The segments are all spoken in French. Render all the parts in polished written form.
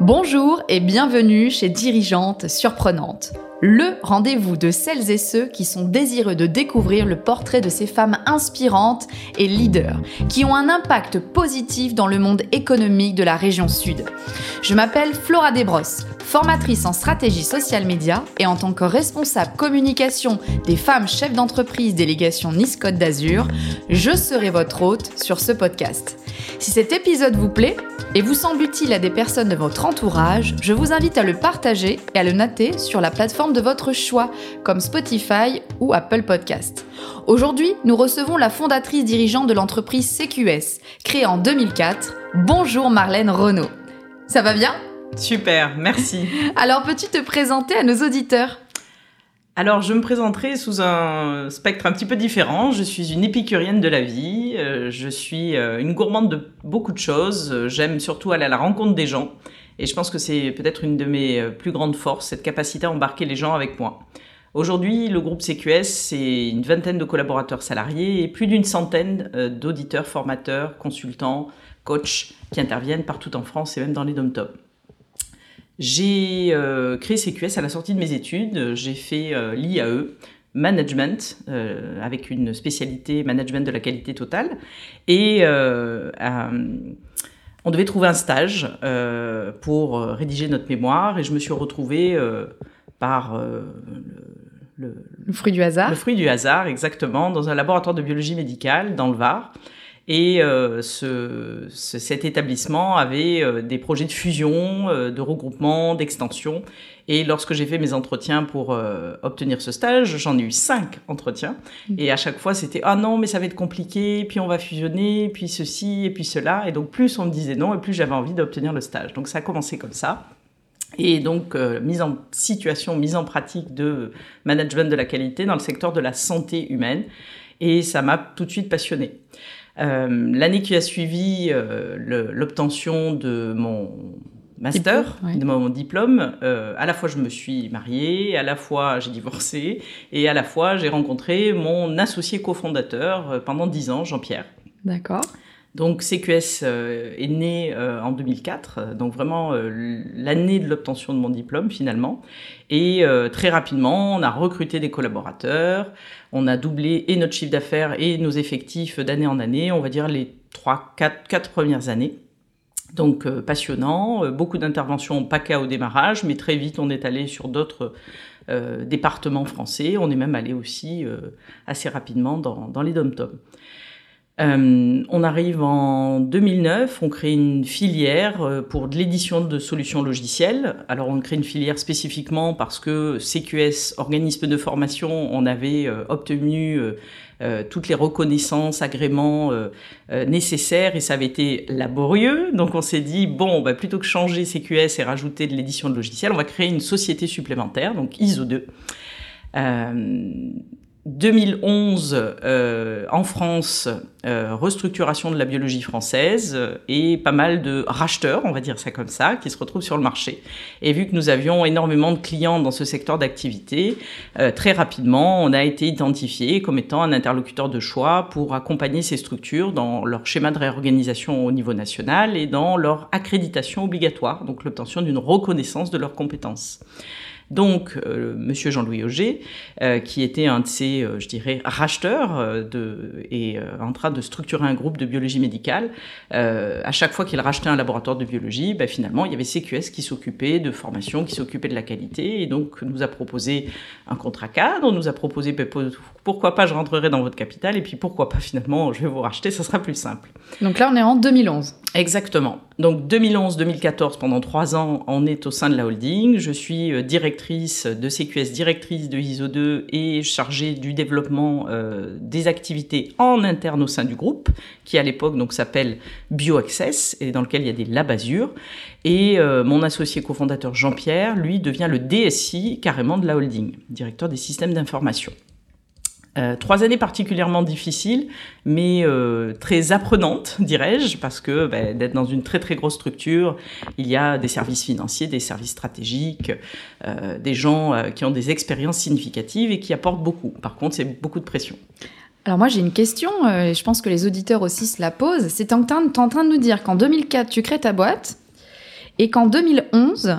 Bonjour et bienvenue chez Dirigeantes Surprenantes, le rendez-vous de celles et ceux qui sont désireux de découvrir le portrait de ces femmes inspirantes et leaders qui ont un impact positif dans le monde économique de la région Sud. Je m'appelle Flora Desbrosses, formatrice en stratégie social média et en tant que responsable communication des femmes chefs d'entreprise délégation Nice Côte d'Azur, je serai votre hôte sur ce podcast. Si cet épisode vous plaît et vous semble utile à des personnes de votre entourage, je vous invite à le partager et à le noter sur la plateforme de votre choix, comme Spotify ou Apple Podcast. Aujourd'hui, nous recevons la fondatrice dirigeante de l'entreprise CQS, créée en 2004. Bonjour Marlène Renaud. Ça va bien ? Super, merci. Alors, peux-tu te présenter à nos auditeurs ? Alors, je me présenterai sous un spectre un petit peu différent. Je suis une épicurienne de la vie. Je suis une gourmande de beaucoup de choses. J'aime surtout aller à la rencontre des gens. Et je pense que c'est peut-être une de mes plus grandes forces, cette capacité à embarquer les gens avec moi. Aujourd'hui, le groupe CQS, c'est une vingtaine de collaborateurs salariés et plus d'une centaine d'auditeurs, formateurs, consultants, coachs qui interviennent partout en France et même dans les dom-toms. J'ai créé CQS à la sortie de mes études. J'ai fait l'IAE, Management, avec une spécialité Management de la qualité totale. Et on devait trouver un stage pour rédiger notre mémoire. Et je me suis retrouvée par le fruit du hasard. Le fruit du hasard, exactement, dans un laboratoire de biologie médicale dans le Var. Et cet établissement avait des projets de fusion, de regroupement, d'extension. Et lorsque j'ai fait mes entretiens pour obtenir ce stage, j'en ai eu 5 entretiens. Et à chaque fois, c'était « Ah non, mais ça va être compliqué, puis on va fusionner, puis ceci, et puis cela. » Et donc, plus on me disait non, et plus j'avais envie d'obtenir le stage. Donc, ça a commencé comme ça. Et donc, mise en situation, mise en pratique de management de la qualité dans le secteur de la santé humaine. Et ça m'a tout de suite passionnée. L'année qui a suivi l'obtention de mon master, de mon diplôme, à la fois je me suis mariée, à la fois j'ai divorcé, et à la fois j'ai rencontré mon associé cofondateur pendant 10 ans, Jean-Pierre. D'accord. Donc CQS est né en 2004, donc vraiment l'année de l'obtention de mon diplôme finalement. Et très rapidement, on a recruté des collaborateurs, on a doublé et notre chiffre d'affaires et nos effectifs d'année en année, on va dire les 4 premières années. Donc passionnant, beaucoup d'interventions PACA au démarrage, mais très vite on est allé sur d'autres départements français, on est même allé aussi assez rapidement dans les dom-toms. On arrive en 2009, on crée une filière pour de l'édition de solutions logicielles. Alors on crée une filière spécifiquement parce que CQS, organisme de formation, on avait obtenu toutes les reconnaissances, agréments nécessaires et ça avait été laborieux. Donc on s'est dit, bon, plutôt que changer CQS et rajouter de l'édition de logiciels, on va créer une société supplémentaire, donc ISO 2. 2011, en France, restructuration de la biologie française et pas mal de racheteurs, on va dire ça comme ça, qui se retrouvent sur le marché. Et vu que nous avions énormément de clients dans ce secteur d'activité, très rapidement, on a été identifié comme étant un interlocuteur de choix pour accompagner ces structures dans leur schéma de réorganisation au niveau national et dans leur accréditation obligatoire, donc l'obtention d'une reconnaissance de leurs compétences. Donc, Monsieur Jean-Louis Auger, qui était un de ces, je dirais, racheteurs et en train de structurer un groupe de biologie médicale, à chaque fois qu'il rachetait un laboratoire de biologie, finalement, il y avait CQS qui s'occupait de formation, qui s'occupait de la qualité, et donc nous a proposé un contrat cadre, nous a proposé pourquoi pas je rentrerai dans votre capital, et puis pourquoi pas finalement je vais vous racheter, ça sera plus simple. Donc là, on est en 2011. Exactement. Donc 2011-2014, pendant 3 ans, on est au sein de la holding. Je suis directrice de CQS, directrice de ISO 2 et chargée du développement des activités en interne au sein du groupe, qui à l'époque donc s'appelle BioAccess et dans lequel il y a des labs Azure. Et mon associé cofondateur Jean-Pierre, lui, devient le DSI carrément de la holding, directeur des systèmes d'information. 3 années particulièrement difficiles, mais très apprenantes, dirais-je, parce que d'être dans une très très grosse structure, il y a des services financiers, des services stratégiques, des gens qui ont des expériences significatives et qui apportent beaucoup. Par contre, c'est beaucoup de pression. Alors moi, j'ai une question, et je pense que les auditeurs aussi se la posent. C'est t'es en train de nous dire qu'en 2004, tu crées ta boîte, et qu'en 2011,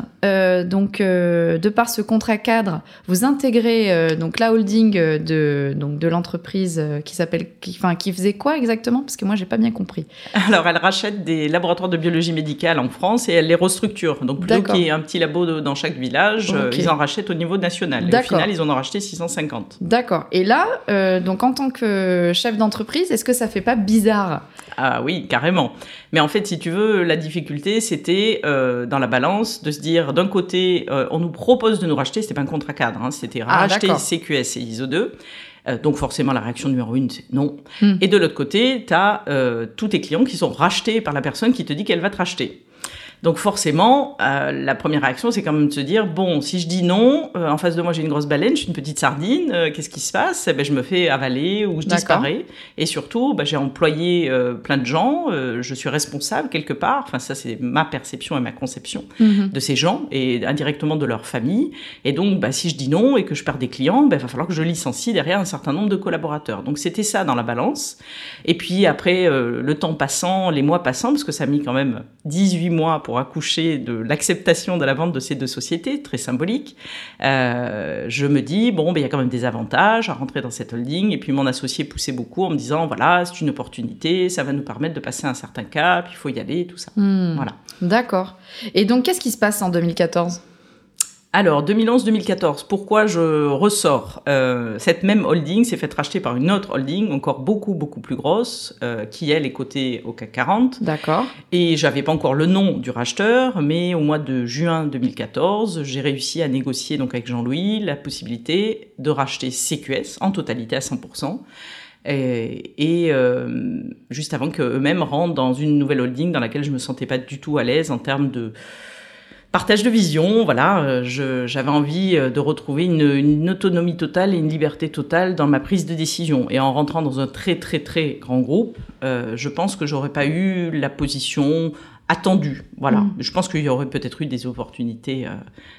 de par ce contrat cadre, vous intégrez donc la holding de l'entreprise qui faisait quoi exactement? Parce que moi, j'ai pas bien compris. Alors, elle rachète des laboratoires de biologie médicale en France et elle les restructure. Donc, plutôt qu'il y ait un petit labo dans chaque village, ils en rachètent au niveau national. Et au final, ils en ont racheté 650. D'accord. Et là, donc en tant que chef d'entreprise, est-ce que ça fait pas bizarre? Ah oui, carrément. Mais en fait, si tu veux, la difficulté, c'était dans la balance de se dire, d'un côté, on nous propose de nous racheter, c'était pas un contrat cadre, hein, c'était racheter CQS et ISO 2. Donc forcément, la réaction numéro 1, c'est non. Et de l'autre côté, tu as tous tes clients qui sont rachetés par la personne qui te dit qu'elle va te racheter. Donc forcément, la première réaction, c'est quand même de se dire, bon, si je dis non, en face de moi, j'ai une grosse baleine, je suis une petite sardine, qu'est-ce qui se passe? Je me fais avaler ou je disparais. Et surtout, j'ai employé plein de gens, je suis responsable quelque part, enfin ça c'est ma perception et ma conception de ces gens, et indirectement de leur famille. Et donc, si je dis non et que je perds des clients, il va falloir que je licencie derrière un certain nombre de collaborateurs. Donc c'était ça dans la balance. Et puis après, le temps passant, les mois passant, parce que ça a mis quand même 18 mois pour accoucher de l'acceptation de la vente de ces deux sociétés, très symbolique, je me dis, il y a quand même des avantages à rentrer dans cette holding. Et puis mon associé poussait beaucoup en me disant, voilà, c'est une opportunité, ça va nous permettre de passer un certain cap, il faut y aller, tout ça. Voilà. D'accord. Et donc, qu'est-ce qui se passe en 2014 ? Alors, 2011-2014, pourquoi je ressors cette même holding s'est faite racheter par une autre holding, encore beaucoup, beaucoup plus grosse, qui, elle, est cotée au CAC 40. D'accord. Et j'avais pas encore le nom du racheteur, mais au mois de juin 2014, j'ai réussi à négocier donc avec Jean-Louis la possibilité de racheter CQS en totalité à 100%. Et juste avant qu'eux-mêmes rentrent dans une nouvelle holding dans laquelle je me sentais pas du tout à l'aise en termes de partage de vision, voilà, j'avais envie de retrouver une autonomie totale et une liberté totale dans ma prise de décision. Et en rentrant dans un très très très grand groupe, je pense que j'aurais pas eu la position attendue. Voilà, je pense qu'il y aurait peut-être eu des opportunités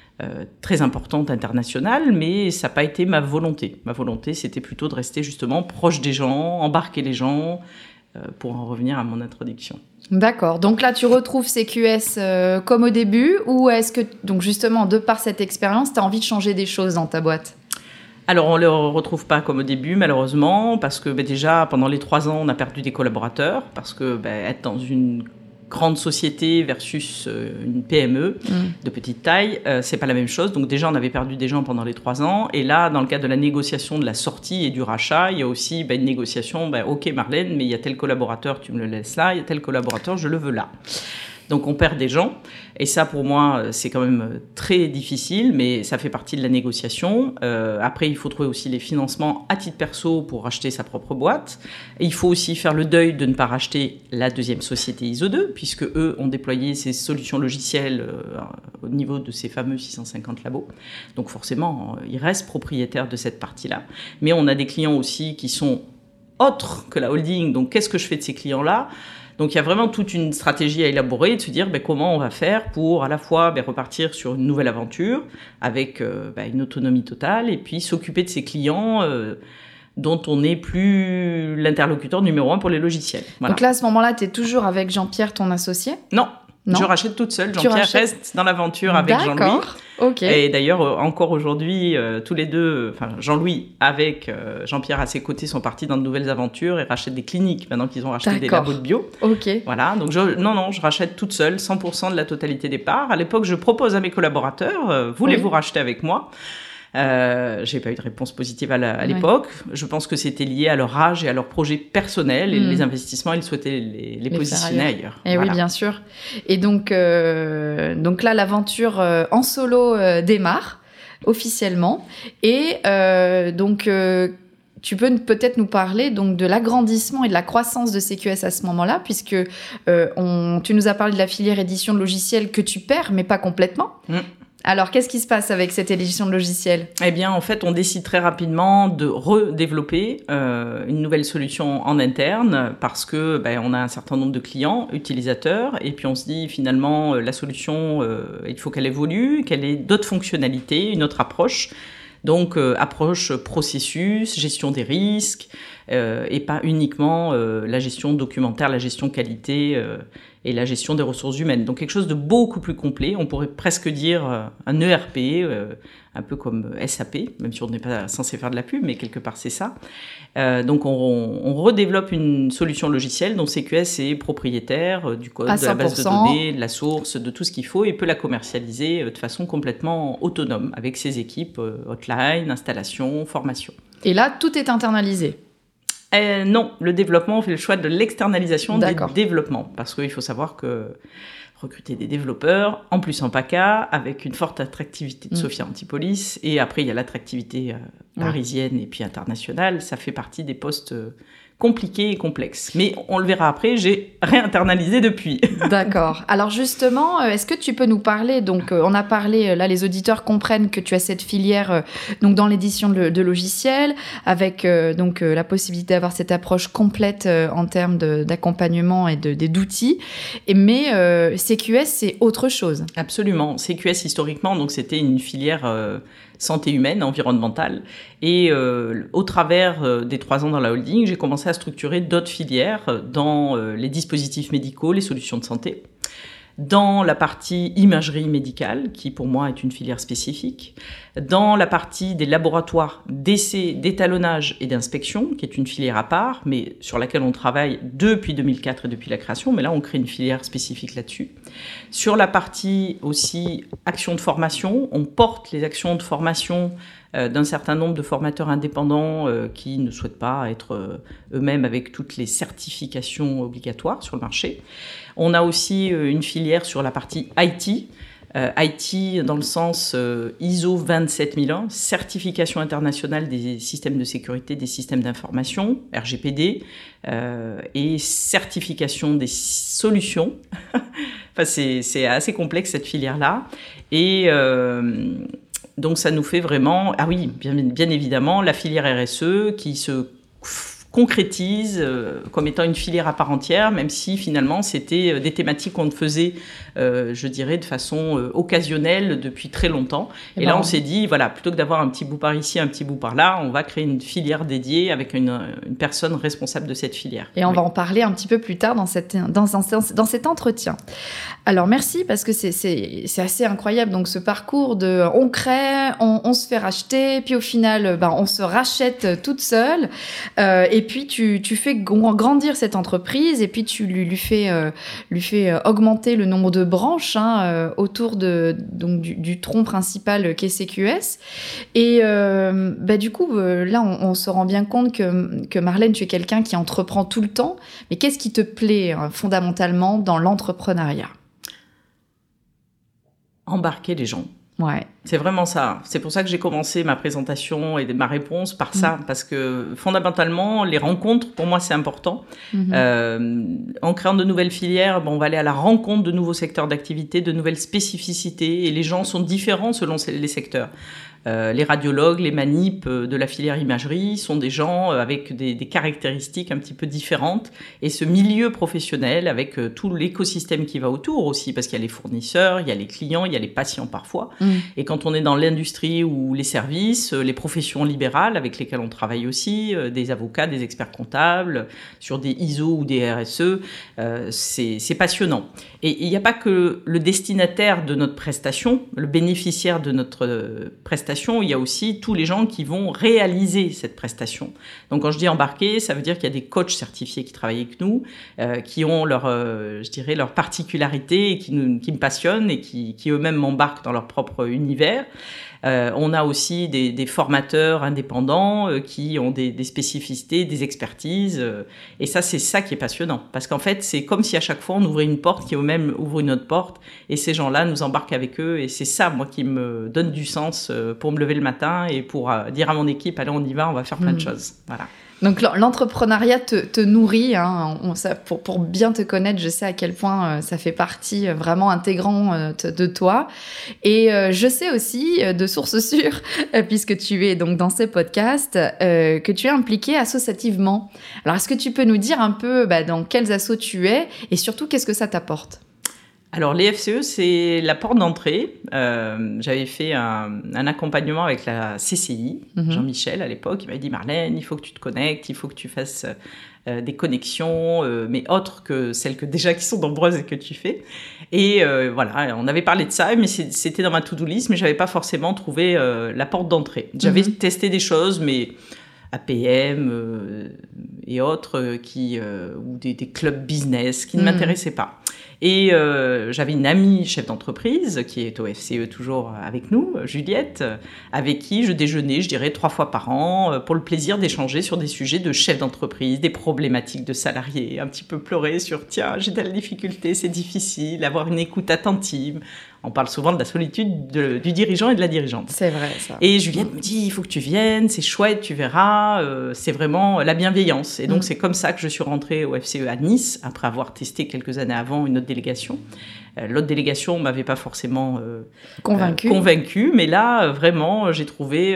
très importantes internationales, mais ça n'a pas été ma volonté. Ma volonté, c'était plutôt de rester justement proche des gens, embarquer les gens, pour en revenir à mon introduction. D'accord. Donc là, tu retrouves CQS comme au début, ou est-ce que, donc justement, de par cette expérience, tu as envie de changer des choses dans ta boîte ? Alors, on ne le retrouve pas comme au début, malheureusement, parce que déjà, pendant les 3 ans, on a perdu des collaborateurs, parce que être dans une grande société versus une PME de petite taille, c'est pas la même chose. Donc déjà, on avait perdu des gens pendant les 3 ans. Et là, dans le cadre de la négociation de la sortie et du rachat, il y a aussi une négociation. Ok, Marlène, mais il y a tel collaborateur, tu me le laisses là. Il y a tel collaborateur, je le veux là. Donc on perd des gens. Et ça, pour moi, c'est quand même très difficile, mais ça fait partie de la négociation. Après, il faut trouver aussi les financements à titre perso pour racheter sa propre boîte. Et il faut aussi faire le deuil de ne pas racheter la deuxième société ISO 2, puisque eux ont déployé ces solutions logicielles au niveau de ces fameux 650 labos. Donc forcément, ils restent propriétaires de cette partie-là. Mais on a des clients aussi qui sont autres que la holding. Donc qu'est-ce que je fais de ces clients-là ? Donc, il y a vraiment toute une stratégie à élaborer, de se dire comment on va faire pour à la fois repartir sur une nouvelle aventure avec une autonomie totale et puis s'occuper de ses clients dont on n'est plus l'interlocuteur numéro 1 pour les logiciels. Voilà. Donc là, à ce moment-là, tu es toujours avec Jean-Pierre, ton associé ? Non, je rachète toute seule. Jean-Pierre reste dans l'aventure avec Jean-Louis. Ok. Et d'ailleurs, encore aujourd'hui, tous les deux, Jean-Louis avec Jean-Pierre à ses côtés sont partis dans de nouvelles aventures et rachètent des cliniques maintenant qu'ils ont racheté des labos de bio. Ok. Voilà, donc je rachète toute seule 100% de la totalité des parts. À l'époque, je propose à mes collaborateurs, voulez-vous racheter avec moi ? J'ai pas eu de réponse positive à l'époque. Je pense que c'était lié à leur âge et à leur projet personnel et les investissements, ils souhaitaient les positionner ailleurs. Et voilà. Oui, bien sûr. Et donc là, l'aventure en solo démarre officiellement. Et tu peux peut-être nous parler donc de l'agrandissement et de la croissance de CQS à ce moment-là, puisque tu nous as parlé de la filière édition de logiciels que tu perds, mais pas complètement. Alors, qu'est-ce qui se passe avec cette édition de logiciels ? Eh bien, en fait, on décide très rapidement de redévelopper une nouvelle solution en interne parce que on a un certain nombre de clients, utilisateurs, et puis on se dit finalement la solution, il faut qu'elle évolue, qu'elle ait d'autres fonctionnalités, une autre approche. Donc, approche processus, gestion des risques, et pas uniquement la gestion documentaire, la gestion qualité et la gestion des ressources humaines. Donc quelque chose de beaucoup plus complet. On pourrait presque dire un ERP, un peu comme SAP, même si on n'est pas censé faire de la pub, mais quelque part c'est ça. Donc on redéveloppe une solution logicielle dont CQS est propriétaire du code, de la base de données, de la source, de tout ce qu'il faut, et peut la commercialiser de façon complètement autonome avec ses équipes hotline, installation, formation. Et là, tout est internalisé? Non, le développement, on fait le choix de l'externalisation des développements. Parce qu'il faut savoir que recruter des développeurs, en plus en PACA, avec une forte attractivité de Sophia Antipolis, et après il y a l'attractivité parisienne et puis internationale, ça fait partie des postes compliqués et complexes. Mais on le verra après, j'ai réinternalisé depuis. D'accord. Alors justement, est-ce que tu peux nous parler, donc on a parlé, là les auditeurs comprennent que tu as cette filière donc dans l'édition de logiciels, avec donc la possibilité d'avoir cette approche complète en termes d'accompagnement et d'outils, mais CQS c'est autre chose. Absolument. CQS historiquement, donc c'était une filière santé humaine, environnementale. Et au travers des 3 ans dans la holding, j'ai commencé à structurer d'autres filières dans les dispositifs médicaux, les solutions de santé, dans la partie imagerie médicale, qui pour moi est une filière spécifique, dans la partie des laboratoires d'essai, d'étalonnage et d'inspection, qui est une filière à part, mais sur laquelle on travaille depuis 2004 et depuis la création, mais là on crée une filière spécifique là-dessus. Sur la partie aussi action de formation, on porte les actions de formation d'un certain nombre de formateurs indépendants qui ne souhaitent pas être eux-mêmes avec toutes les certifications obligatoires sur le marché. On a aussi une filière sur la partie IT, IT dans le sens ISO 27001, certification internationale des systèmes de sécurité, des systèmes d'information, RGPD, et certification des solutions. Enfin, c'est assez complexe cette filière-là. Et donc ça nous fait vraiment, ah oui, bien évidemment, la filière RSE qui se concrétise comme étant une filière à part entière, même si finalement c'était des thématiques qu'on faisait, je dirais, de façon occasionnelle depuis très longtemps. Et là, on s'est dit, voilà, plutôt que d'avoir un petit bout par ici, un petit bout par là, on va créer une filière dédiée avec une personne responsable de cette filière. Et on va en parler un petit peu plus tard dans cet entretien. Alors merci, parce que c'est assez incroyable, donc ce parcours de on crée, on se fait racheter, puis au final, on se rachète toute seule, et puis tu fais grandir cette entreprise, et puis tu lui fais augmenter le nombre de branches autour donc du tronc principal qu'est CQS. Et du coup, là, on se rend bien compte que Marlène, tu es quelqu'un qui entreprend tout le temps. Mais qu'est-ce qui te plaît fondamentalement dans l'entrepreneuriat ? Embarquer les gens. Ouais. C'est vraiment ça. C'est pour ça que j'ai commencé ma présentation et ma réponse par ça, parce que fondamentalement, les rencontres, pour moi, c'est important. En créant de nouvelles filières, on va aller à la rencontre de nouveaux secteurs d'activité, de nouvelles spécificités, et les gens sont différents selon les secteurs. Les radiologues, les manips de la filière imagerie sont des gens avec des caractéristiques un petit peu différentes. Et ce milieu professionnel, avec tout l'écosystème qui va autour aussi, parce qu'il y a les fournisseurs, il y a les clients, il y a les patients parfois. Et quand on est dans l'industrie ou les services, les professions libérales avec lesquelles on travaille aussi, des avocats, des experts comptables, sur des ISO ou des RSE, c'est passionnant. Et il n'y a pas que le destinataire de notre prestation, le bénéficiaire de notre prestation, il y a aussi tous les gens qui vont réaliser cette prestation. Donc quand je dis embarquer, ça veut dire qu'il y a des coachs certifiés qui travaillent avec nous, qui ont leur particularité et qui me passionnent et qui eux-mêmes m'embarquent dans leur propre univers. On a aussi des formateurs indépendants qui ont des spécificités, des expertises. Et ça, c'est ça qui est passionnant. Parce qu'en fait, c'est comme si à chaque fois, on ouvrait une porte qui eux-mêmes ouvrent une autre porte. Et ces gens-là nous embarquent avec eux. Et c'est ça, moi, qui me donne du sens pour me lever le matin et pour dire à mon équipe, allez, on y va, on va faire plein de choses. Voilà. Donc l'entrepreneuriat te nourrit, pour bien te connaître, je sais à quel point ça fait partie vraiment intégrante de toi. Et je sais aussi de sources sûres, puisque tu es donc dans ces podcasts, que tu es impliquée associativement. Alors est-ce que tu peux nous dire un peu dans quels assos tu es et surtout qu'est-ce que ça t'apporte ? Alors, les FCE, c'est la porte d'entrée. J'avais fait un accompagnement avec la CCI, Jean-Michel à l'époque. Il m'avait dit, Marlène, il faut que tu te connectes, il faut que tu fasses des connexions, mais autres que celles qui sont nombreuses et que tu fais. Et voilà, on avait parlé de ça, mais c'était dans ma to-do list, mais je n'avais pas forcément trouvé la porte d'entrée. J'avais testé des choses, mais APM et autres, ou des clubs business qui ne m'intéressaient pas. Et j'avais une amie chef d'entreprise qui est au FCE toujours avec nous, Juliette, avec qui je déjeunais, je dirais 3 fois par an, pour le plaisir d'échanger sur des sujets de chef d'entreprise, des problématiques de salariés, un petit peu pleurer sur « tiens, j'ai telle difficulté, c'est difficile », avoir une écoute attentive. On parle souvent de la solitude du dirigeant et de la dirigeante. C'est vrai, ça. Et Juliette me dit, il faut que tu viennes, c'est chouette, tu verras, c'est vraiment la bienveillance. Et donc, c'est comme ça que je suis rentrée au FCE à Nice, après avoir testé quelques années avant une autre délégation. L'autre délégation ne m'avait pas forcément convaincue, mais là, vraiment, j'ai trouvé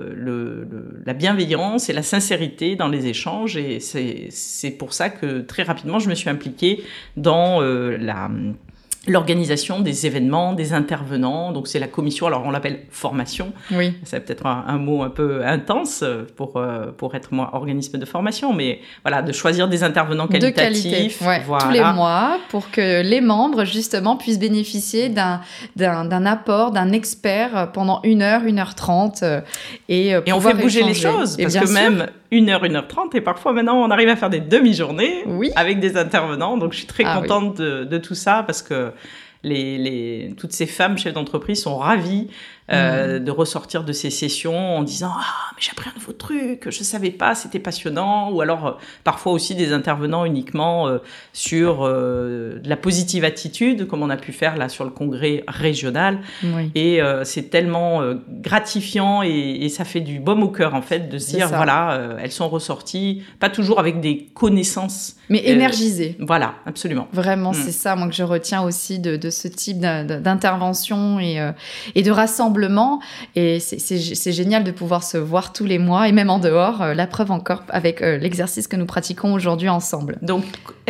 la bienveillance et la sincérité dans les échanges. Et c'est pour ça que, très rapidement, je me suis impliquée dans l'organisation des événements, des intervenants. Donc, c'est la commission, alors on l'appelle formation. Oui. C'est peut-être un mot un peu intense pour être moi organisme de formation, mais voilà, de choisir des intervenants qualitatifs. De qualité, ouais, voilà. Tous les mois, pour que les membres, justement, puissent bénéficier d'un apport, d'un expert pendant 1h, 1h30. Et on fait bouger les choses, parce que même 1h, 1h30, et parfois maintenant, on arrive à faire des demi-journées avec des intervenants. Donc, je suis très contente de tout ça, parce que toutes ces femmes chefs d'entreprise sont ravies de ressortir de ces sessions en disant « Ah, mais j'ai appris un nouveau truc, je ne savais pas, c'était passionnant ». Ou alors, parfois aussi des intervenants uniquement sur de la positive attitude, comme on a pu faire là sur le congrès régional. Oui. Et c'est tellement gratifiant et ça fait du baume au cœur, en fait, de se dire, voilà, elles sont ressorties, pas toujours avec des connaissances. Mais énergisées. Voilà, absolument. Vraiment, c'est ça, moi, que je retiens aussi de ce type d'intervention et de rassemblement. Et c'est génial de pouvoir se voir tous les mois et même en dehors, la preuve encore avec l'exercice que nous pratiquons aujourd'hui ensemble. Donc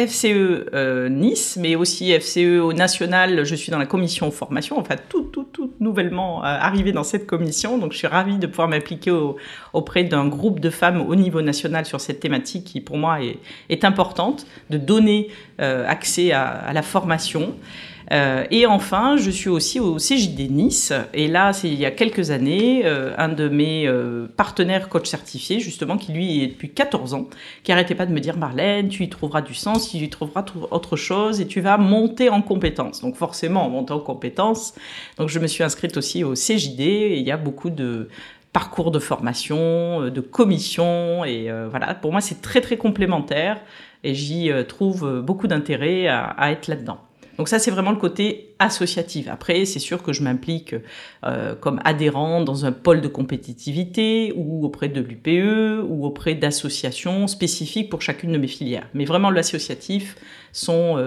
FCE Nice, mais aussi FCE au national, je suis dans la commission formation, enfin tout nouvellement arrivé dans cette commission, donc je suis ravie de pouvoir m'impliquer auprès d'un groupe de femmes au niveau national sur cette thématique qui pour moi est importante, de donner accès à la formation. Et enfin, je suis aussi au CJD Nice. Et là, c'est il y a quelques années, un de mes partenaires coach certifiés, justement, qui lui est depuis 14 ans, qui n'arrêtait pas de me dire « Marlène, tu y trouveras du sens, tu y trouveras autre chose et tu vas monter en compétences ». Donc forcément, monter en compétences. Donc je me suis inscrite aussi au CJD et il y a beaucoup de parcours de formation, de commissions. Et voilà, pour moi, c'est très, très complémentaire et j'y trouve beaucoup d'intérêt à être là-dedans. Donc ça, c'est vraiment le côté associatif. Après, c'est sûr que je m'implique comme adhérent dans un pôle de compétitivité ou auprès de l'UPE ou auprès d'associations spécifiques pour chacune de mes filières. Mais vraiment, l'associatif sont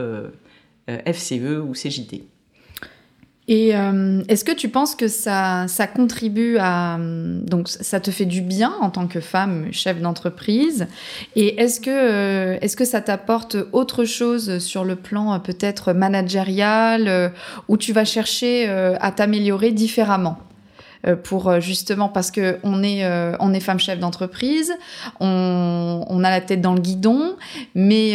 FCE ou CJD. Et est-ce que tu penses que ça contribue à... Donc, ça te fait du bien en tant que femme chef d'entreprise. Et est-ce que ça t'apporte autre chose sur le plan peut-être managérial où tu vas chercher à t'améliorer différemment pour justement parce que on est femme chef d'entreprise, on a la tête dans le guidon, mais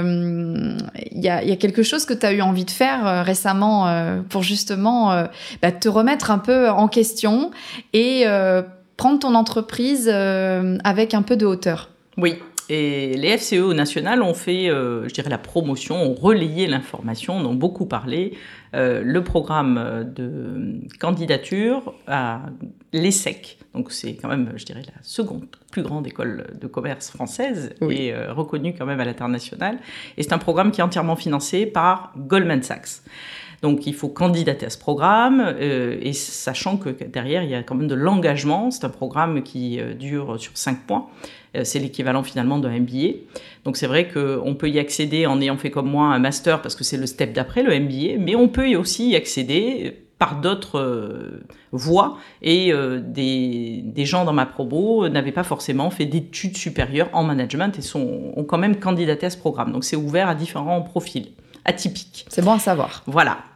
il y a quelque chose que tu as eu envie de faire récemment pour justement te remettre un peu en question et prendre ton entreprise avec un peu de hauteur. Oui. Et les FCE au national ont fait, je dirais, la promotion, ont relayé l'information, ont beaucoup parlé. Le programme de candidature à l'ESSEC, donc c'est quand même, je dirais, la seconde plus grande école de commerce française, et reconnue quand même à l'international. Et c'est un programme qui est entièrement financé par Goldman Sachs. Donc, il faut candidater à ce programme et sachant que derrière, il y a quand même de l'engagement. C'est un programme qui dure sur 5 mois. C'est l'équivalent finalement d'un MBA. Donc, c'est vrai qu'on peut y accéder en ayant fait comme moi un master parce que c'est le step d'après, le MBA. Mais on peut aussi y accéder par d'autres voies. Et des gens dans ma promo n'avaient pas forcément fait d'études supérieures en management et ont quand même candidaté à ce programme. Donc, c'est ouvert à différents profils atypiques. C'est bon à savoir. Voilà.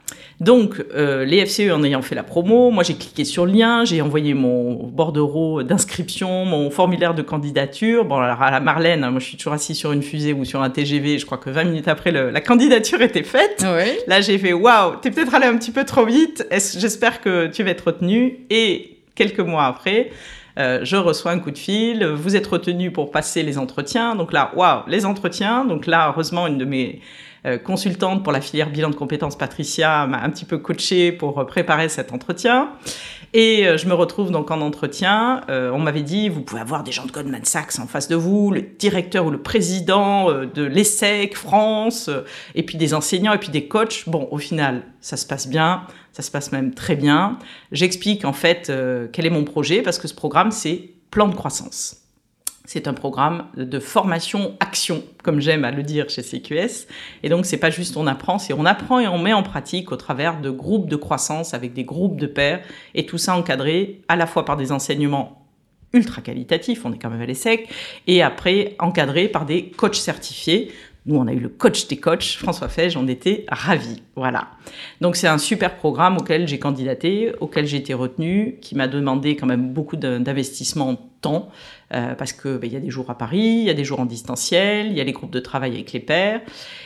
Donc, les FCE en ayant fait la promo, moi j'ai cliqué sur le lien, j'ai envoyé mon bordereau d'inscription, mon formulaire de candidature. Bon, alors à la Marlène, moi je suis toujours assis sur une fusée ou sur un TGV, je crois que 20 minutes après, la candidature était faite. Oui. Là, j'ai fait « Waouh, t'es peut-être allé un petit peu trop vite, j'espère que tu vas être retenu. » Et quelques mois après, je reçois un coup de fil, vous êtes retenu pour passer les entretiens. Donc là, waouh, les entretiens. Donc là, heureusement, une de mes consultante pour la filière bilan de compétences, Patricia, m'a un petit peu coachée pour préparer cet entretien. Et je me retrouve donc en entretien. On m'avait dit, vous pouvez avoir des gens de Goldman Sachs en face de vous, le directeur ou le président de l'ESSEC France, et puis des enseignants et puis des coachs. Bon, au final, ça se passe bien, ça se passe même très bien. J'explique en fait quel est mon projet, parce que ce programme, c'est Plan de croissance. C'est un programme de formation-action, comme j'aime à le dire chez CQS. Et donc, c'est pas juste on apprend, c'est on apprend et on met en pratique au travers de groupes de croissance avec des groupes de pairs. Et tout ça encadré à la fois par des enseignements ultra qualitatifs, on est quand même à l'ESSEC, et après encadré par des coachs certifiés. Nous, on a eu le coach des coachs, François Fège, on était ravis. Voilà. Donc, c'est un super programme auquel j'ai candidaté, auquel j'ai été retenue, qui m'a demandé quand même beaucoup d'investissement en temps, parce que y a des jours à Paris, il y a des jours en distanciel, il y a les groupes de travail avec les pairs.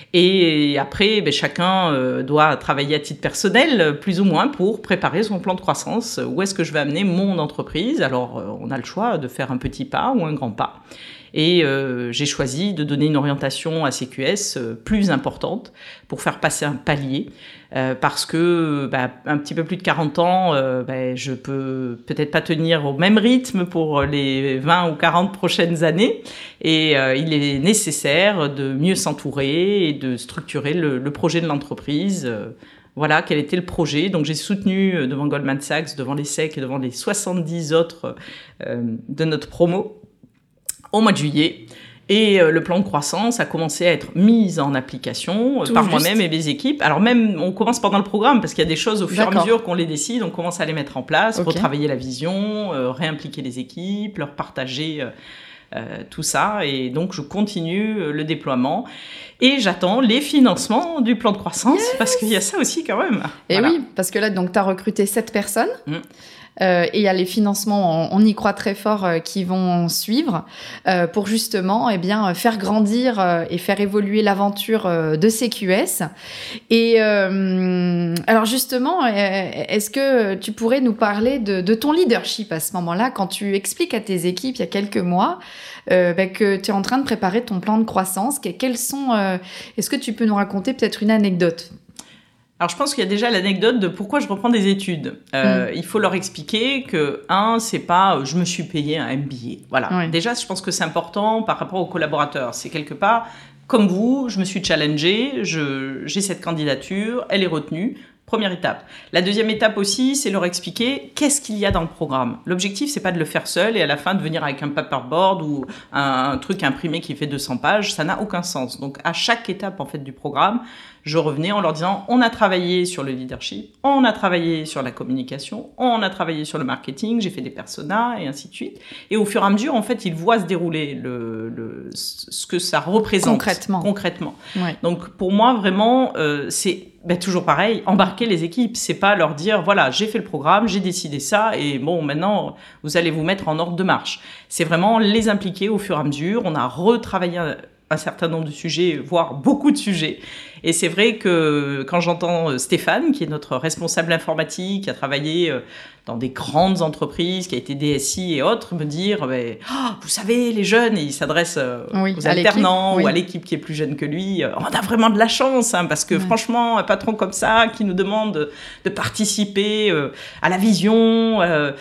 Et après, chacun doit travailler à titre personnel, plus ou moins, pour préparer son plan de croissance. Où est-ce que je vais amener mon entreprise ? Alors, on a le choix de faire un petit pas ou un grand pas. Et j'ai choisi de donner une orientation à CQS plus importante pour faire passer un palier, parce que un petit peu plus de 40 ans, je peux peut-être pas tenir au même rythme pour les 20 ou 40 prochaines années, et il est nécessaire de mieux s'entourer et de structurer le projet de l'entreprise. Voilà, quel était le projet. Donc, j'ai soutenu devant Goldman Sachs, devant l'ESSEC et devant les 70 autres de notre promo au mois de juillet. Et le plan de croissance a commencé à être mis en application par moi-même et mes équipes. Alors même, on commence pendant le programme, parce qu'il y a des choses au fur et à mesure qu'on les décide, on commence à les mettre en place, retravailler la vision, réimpliquer les équipes, leur partager tout ça. Et donc, je continue le déploiement. Et j'attends les financements du plan de croissance, parce qu'il y a ça aussi quand même. Et voilà. Oui, parce que là, tu as recruté 7 personnes. Et il y a les financements, on y croit très fort, qui vont suivre pour justement faire grandir et faire évoluer l'aventure de CQS. Et alors justement, est-ce que tu pourrais nous parler de ton leadership à ce moment-là, quand tu expliques à tes équipes il y a quelques mois que tu es en train de préparer ton plan de croissance? Est-ce que tu peux nous raconter peut-être une anecdote? Alors, je pense qu'il y a déjà l'anecdote de pourquoi je reprends des études. Il faut leur expliquer que, c'est pas je me suis payé un MBA. Voilà. Oui. Déjà, je pense que c'est important par rapport aux collaborateurs. C'est quelque part, comme vous, je me suis challengée, j'ai cette candidature, elle est retenue. Première étape. La deuxième étape aussi, c'est leur expliquer qu'est-ce qu'il y a dans le programme. L'objectif, c'est pas de le faire seul et à la fin de venir avec un paperboard ou un truc imprimé qui fait 200 pages. Ça n'a aucun sens. Donc, à chaque étape, en fait, du programme, je revenais en leur disant, on a travaillé sur le leadership, on a travaillé sur la communication, on a travaillé sur le marketing, j'ai fait des personas et ainsi de suite. Et au fur et à mesure, en fait, ils voient se dérouler ce que ça représente. Concrètement. Ouais. Donc, pour moi, vraiment, c'est toujours pareil, embarquer les équipes. C'est pas leur dire, voilà, j'ai fait le programme, j'ai décidé ça, et bon, maintenant, vous allez vous mettre en ordre de marche. C'est vraiment les impliquer au fur et à mesure. On a retravaillé un certain nombre de sujets, voire beaucoup de sujets. Et c'est vrai que quand j'entends Stéphane, qui est notre responsable informatique, qui a travaillé dans des grandes entreprises, qui a été DSI et autres, me dire vous savez, les jeunes, et il s'adresse aux alternants ou à l'équipe qui est plus jeune que lui, on a vraiment de la chance, parce que franchement, un patron comme ça qui nous demande de participer à la vision, à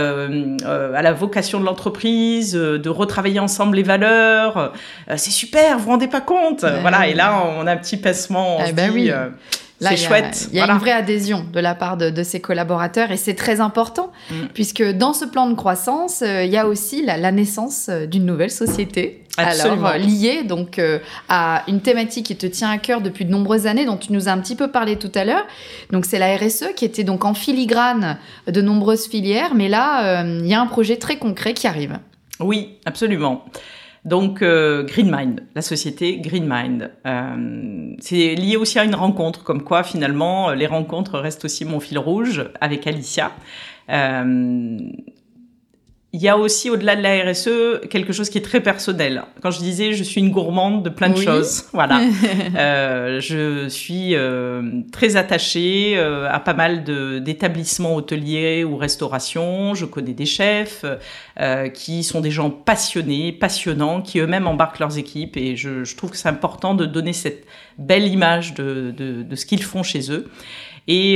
la vocation de l'entreprise, de retravailler ensemble les valeurs, c'est super, vous vous rendez pas compte. Voilà, et là, on a un petit pincement. On se dit, là, c'est chouette. Il y a une vraie adhésion de la part de ses collaborateurs, et c'est très important, puisque dans ce plan de croissance, il y a aussi la naissance d'une nouvelle société. Absolument. Alors, liée donc à une thématique qui te tient à cœur depuis de nombreuses années, dont tu nous as un petit peu parlé tout à l'heure. Donc, c'est la RSE qui était donc en filigrane de nombreuses filières, mais là, il y a un projet très concret qui arrive. Oui, absolument. Donc, Green Mind, la société Green Mind. C'est lié aussi à une rencontre, comme quoi, finalement, les rencontres restent aussi mon fil rouge avec Alicia. Il y a aussi, au-delà de la RSE, quelque chose qui est très personnel. Quand je disais, je suis une gourmande de plein de choses. Voilà. Je suis très attachée à pas mal d'établissements hôteliers ou restauration. Je connais des chefs qui sont des gens passionnés, passionnants, qui eux-mêmes embarquent leurs équipes. Et je trouve que c'est important de donner cette belle image de ce qu'ils font chez eux. Et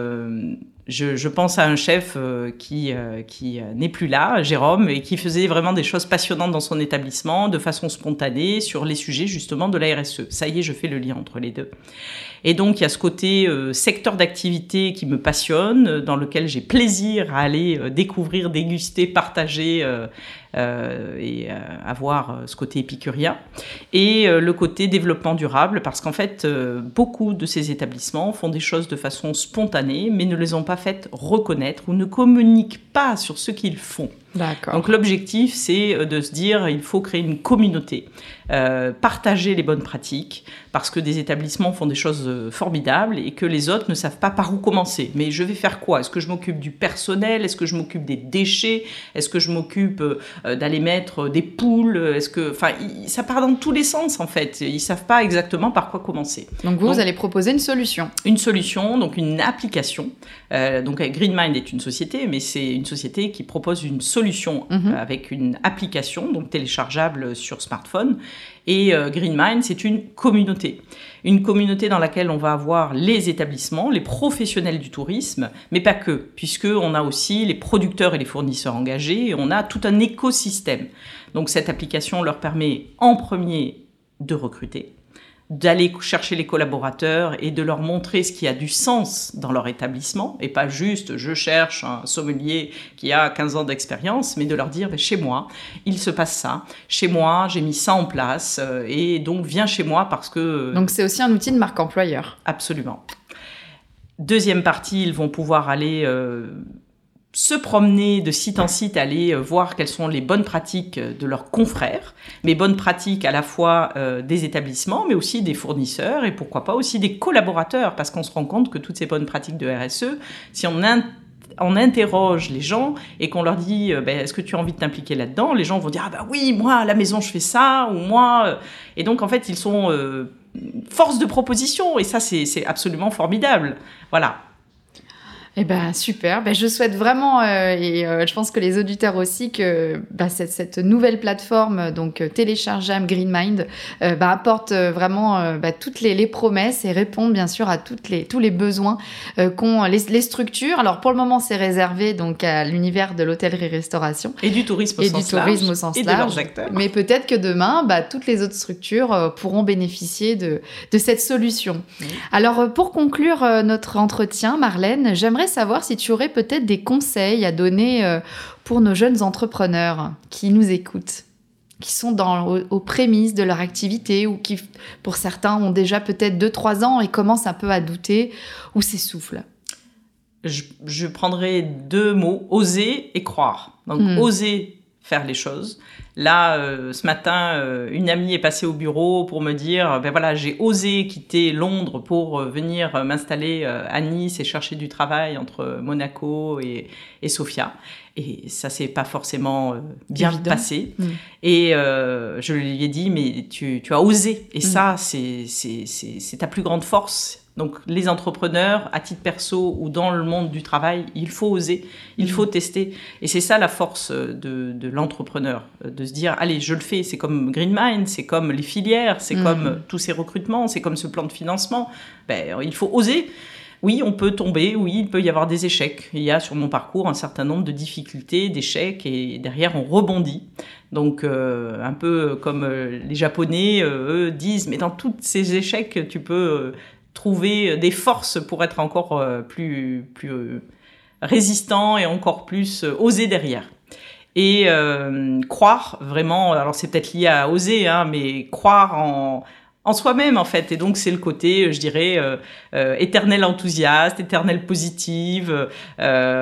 je pense à un chef qui n'est plus là, Jérôme, et qui faisait vraiment des choses passionnantes dans son établissement, de façon spontanée, sur les sujets justement de la RSE. Ça y est, je fais le lien entre les deux. Et donc, il y a ce côté secteur d'activité qui me passionne, dans lequel j'ai plaisir à aller découvrir, déguster, partager et avoir ce côté épicurien. Et le côté développement durable, parce qu'en fait, beaucoup de ces établissements font des choses de façon spontanée, mais ne les ont pas faites reconnaître ou ne communiquent pas sur ce qu'ils font. D'accord. Donc l'objectif, c'est de se dire, il faut créer une communauté, partager les bonnes pratiques, parce que des établissements font des choses formidables et que les autres ne savent pas par où commencer. Mais je vais faire quoi ? Est-ce que je m'occupe du personnel ? Est-ce que je m'occupe des déchets ? Est-ce que je m'occupe d'aller mettre des poules ? Enfin, ça part dans tous les sens en fait. Ils savent pas exactement par quoi commencer. Donc vous allez proposer une solution. Une solution, donc une application. Donc Green Mind est une société, mais c'est une société qui propose une solution avec une application, donc téléchargeable sur smartphone. Et Green Mind, c'est une communauté. Une communauté dans laquelle on va avoir les établissements, les professionnels du tourisme, mais pas que, puisqu'on a aussi les producteurs et les fournisseurs engagés, et on a tout un écosystème. Donc cette application leur permet en premier de recruter, d'aller chercher les collaborateurs et de leur montrer ce qui a du sens dans leur établissement, et pas juste je cherche un sommelier qui a 15 ans d'expérience, mais de leur dire chez moi, il se passe ça, chez moi, j'ai mis ça en place, et donc viens chez moi parce que... Donc c'est aussi un outil de marque employeur. Absolument. Deuxième partie, ils vont pouvoir aller... se promener de site en site, aller voir quelles sont les bonnes pratiques de leurs confrères, mais bonnes pratiques à la fois des établissements, mais aussi des fournisseurs et pourquoi pas aussi des collaborateurs, parce qu'on se rend compte que toutes ces bonnes pratiques de RSE, si on interroge les gens et qu'on leur dit est-ce que tu as envie de t'impliquer là-dedans, les gens vont dire oui, moi à la maison je fais ça, ou moi... Et donc en fait ils sont force de proposition et ça c'est absolument formidable. Voilà. Eh ben super, je souhaite vraiment et je pense que les auditeurs aussi que cette nouvelle plateforme donc téléchargeable Green Mind apporte vraiment toutes les promesses et répond bien sûr à tous les besoins qu'ont les structures. Alors pour le moment c'est réservé donc à l'univers de l'hôtellerie-restauration et du tourisme au sens large, mais peut-être que demain toutes les autres structures pourront bénéficier de cette solution. Oui. Alors pour conclure notre entretien, Marlène, j'aimerais savoir si tu aurais peut-être des conseils à donner pour nos jeunes entrepreneurs qui nous écoutent, qui sont aux prémices de leur activité ou qui, pour certains, ont déjà peut-être 2-3 ans et commencent un peu à douter ou s'essoufflent. Je prendrais 2 mots, oser et croire. Donc, oser faire les choses. Là, ce matin, une amie est passée au bureau pour me dire j'ai osé quitter Londres pour venir m'installer à Nice et chercher du travail entre Monaco et Sofia. Et ça s'est pas forcément bien passé. Et je lui ai dit mais tu as osé. Et ça, c'est ta plus grande force. Donc, les entrepreneurs, à titre perso ou dans le monde du travail, il faut oser, il faut tester. Et c'est ça la force de l'entrepreneur, de se dire, allez, je le fais. C'est comme Green Mind, c'est comme les filières, c'est comme tous ces recrutements, c'est comme ce plan de financement. Il faut oser. Oui, on peut tomber, oui, il peut y avoir des échecs. Il y a sur mon parcours un certain nombre de difficultés, d'échecs, et derrière, on rebondit. Donc, un peu comme les Japonais, eux, disent, mais dans tous ces échecs, tu peux... trouver des forces pour être encore plus résistant et encore plus osé derrière. Et croire vraiment, alors c'est peut-être lié à oser, mais croire en soi-même en fait. Et donc c'est le côté, je dirais, éternel enthousiaste, éternel positive,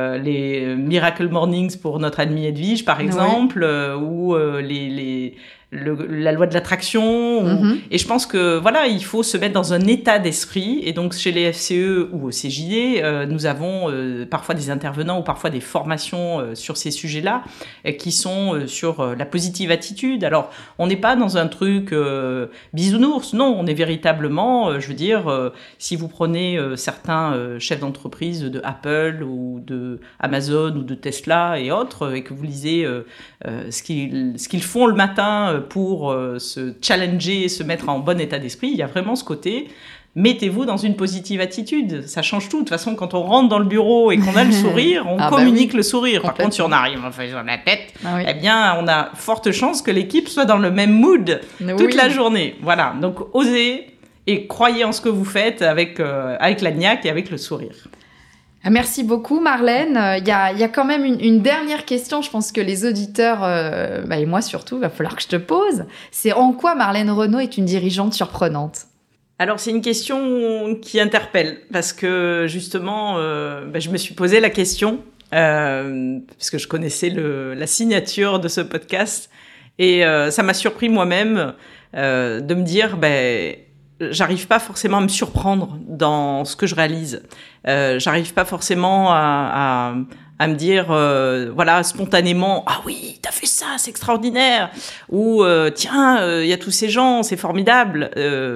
les Miracle Mornings pour notre amie Edwige par exemple, ou la loi de l'attraction. Et je pense que voilà, il faut se mettre dans un état d'esprit. Et donc chez les FCE ou au CJD, nous avons parfois des intervenants ou parfois des formations sur ces sujets-là qui sont sur la positive attitude. Alors on n'est pas dans un truc bisounours, non, on est véritablement, je veux dire, si vous prenez certains chefs d'entreprise de Apple ou de Amazon ou de Tesla et autres, et que vous lisez ce qu'ils font le matin pour se challenger et se mettre en bon état d'esprit, il y a vraiment ce côté, mettez-vous dans une positive attitude, ça change tout. De toute façon, quand on rentre dans le bureau et qu'on a le sourire, on communique le sourire. Par contre, si on arrive en faisant la tête, eh bien, on a forte chance que l'équipe soit dans le même mood toute la journée. Voilà, donc osez et croyez en ce que vous faites avec la niaque et avec le sourire. Merci beaucoup Marlène. Il y a quand même une dernière question, je pense que les auditeurs, et moi surtout, il va falloir que je te pose. C'est en quoi Marlène Renaud est une dirigeante surprenante ? Alors c'est une question qui interpelle, parce que justement, je me suis posé la question, parce que je connaissais la signature de ce podcast, et ça m'a surpris moi-même de me dire... j'arrive pas forcément à me surprendre dans ce que je réalise. J'arrive pas forcément à me dire, voilà, spontanément, ah oui, t'as fait ça, c'est extraordinaire. Ou, tiens, il y a tous ces gens, c'est formidable.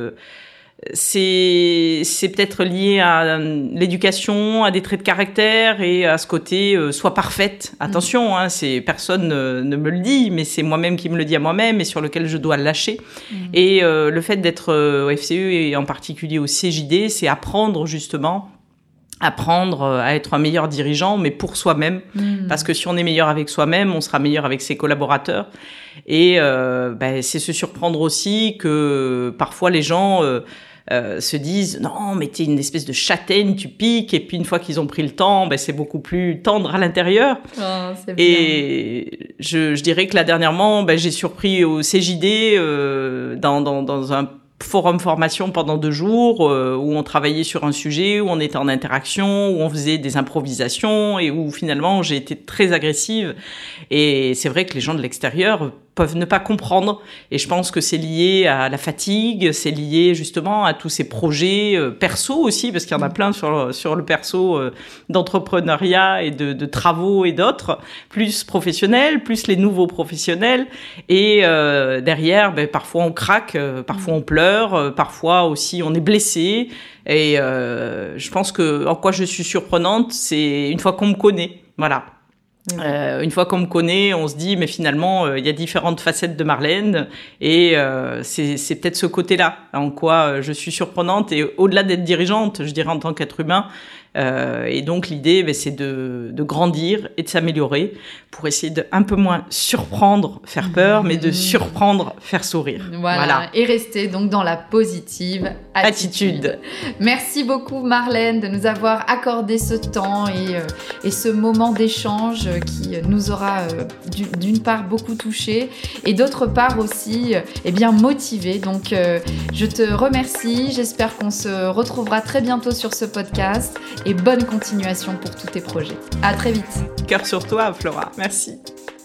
C'est peut-être lié à l'éducation, à des traits de caractère et à ce côté soit parfaite. Attention, personne ne me le dit, mais c'est moi-même qui me le dis à moi-même et sur lequel je dois lâcher. Et le fait d'être au FCE et en particulier au CJD, c'est apprendre à être un meilleur dirigeant, mais pour soi-même. Parce que si on est meilleur avec soi-même, on sera meilleur avec ses collaborateurs. Et c'est se surprendre aussi que parfois les gens... se disent non mais t'es une espèce de châtaigne, tu piques, et puis une fois qu'ils ont pris le temps, c'est beaucoup plus tendre à l'intérieur. C'est bien. Et je dirais que là dernièrement j'ai surpris au CJD dans un forum formation pendant 2 jours où on travaillait sur un sujet, où on était en interaction, où on faisait des improvisations et où finalement j'ai été très agressive. Et c'est vrai que les gens de l'extérieur peuvent ne pas comprendre, et je pense que c'est lié à la fatigue, c'est lié justement à tous ces projets perso aussi, parce qu'il y en a plein sur le perso d'entrepreneuriat et de travaux et d'autres, plus professionnels, plus les nouveaux professionnels, et derrière parfois on craque, parfois on pleure, parfois aussi on est blessé, et je pense que en quoi je suis surprenante, c'est une fois qu'on me connaît, voilà. Une fois qu'on me connaît, on se dit mais finalement il y a différentes facettes de Marlène, et c'est peut-être ce côté-là en quoi je suis surprenante, et au-delà d'être dirigeante, je dirais en tant qu'être humain. Et donc l'idée, c'est de grandir et de s'améliorer pour essayer de un peu moins surprendre, faire peur, mais de surprendre, faire sourire. Voilà. Et rester donc dans la positive attitude. Merci beaucoup Marlène de nous avoir accordé ce temps et ce moment d'échange qui nous aura d'une part beaucoup touché et d'autre part aussi motivé. Donc je te remercie, j'espère qu'on se retrouvera très bientôt sur ce podcast. Et bonne continuation pour tous tes projets. À très vite. Cœur sur toi, Flora. Merci.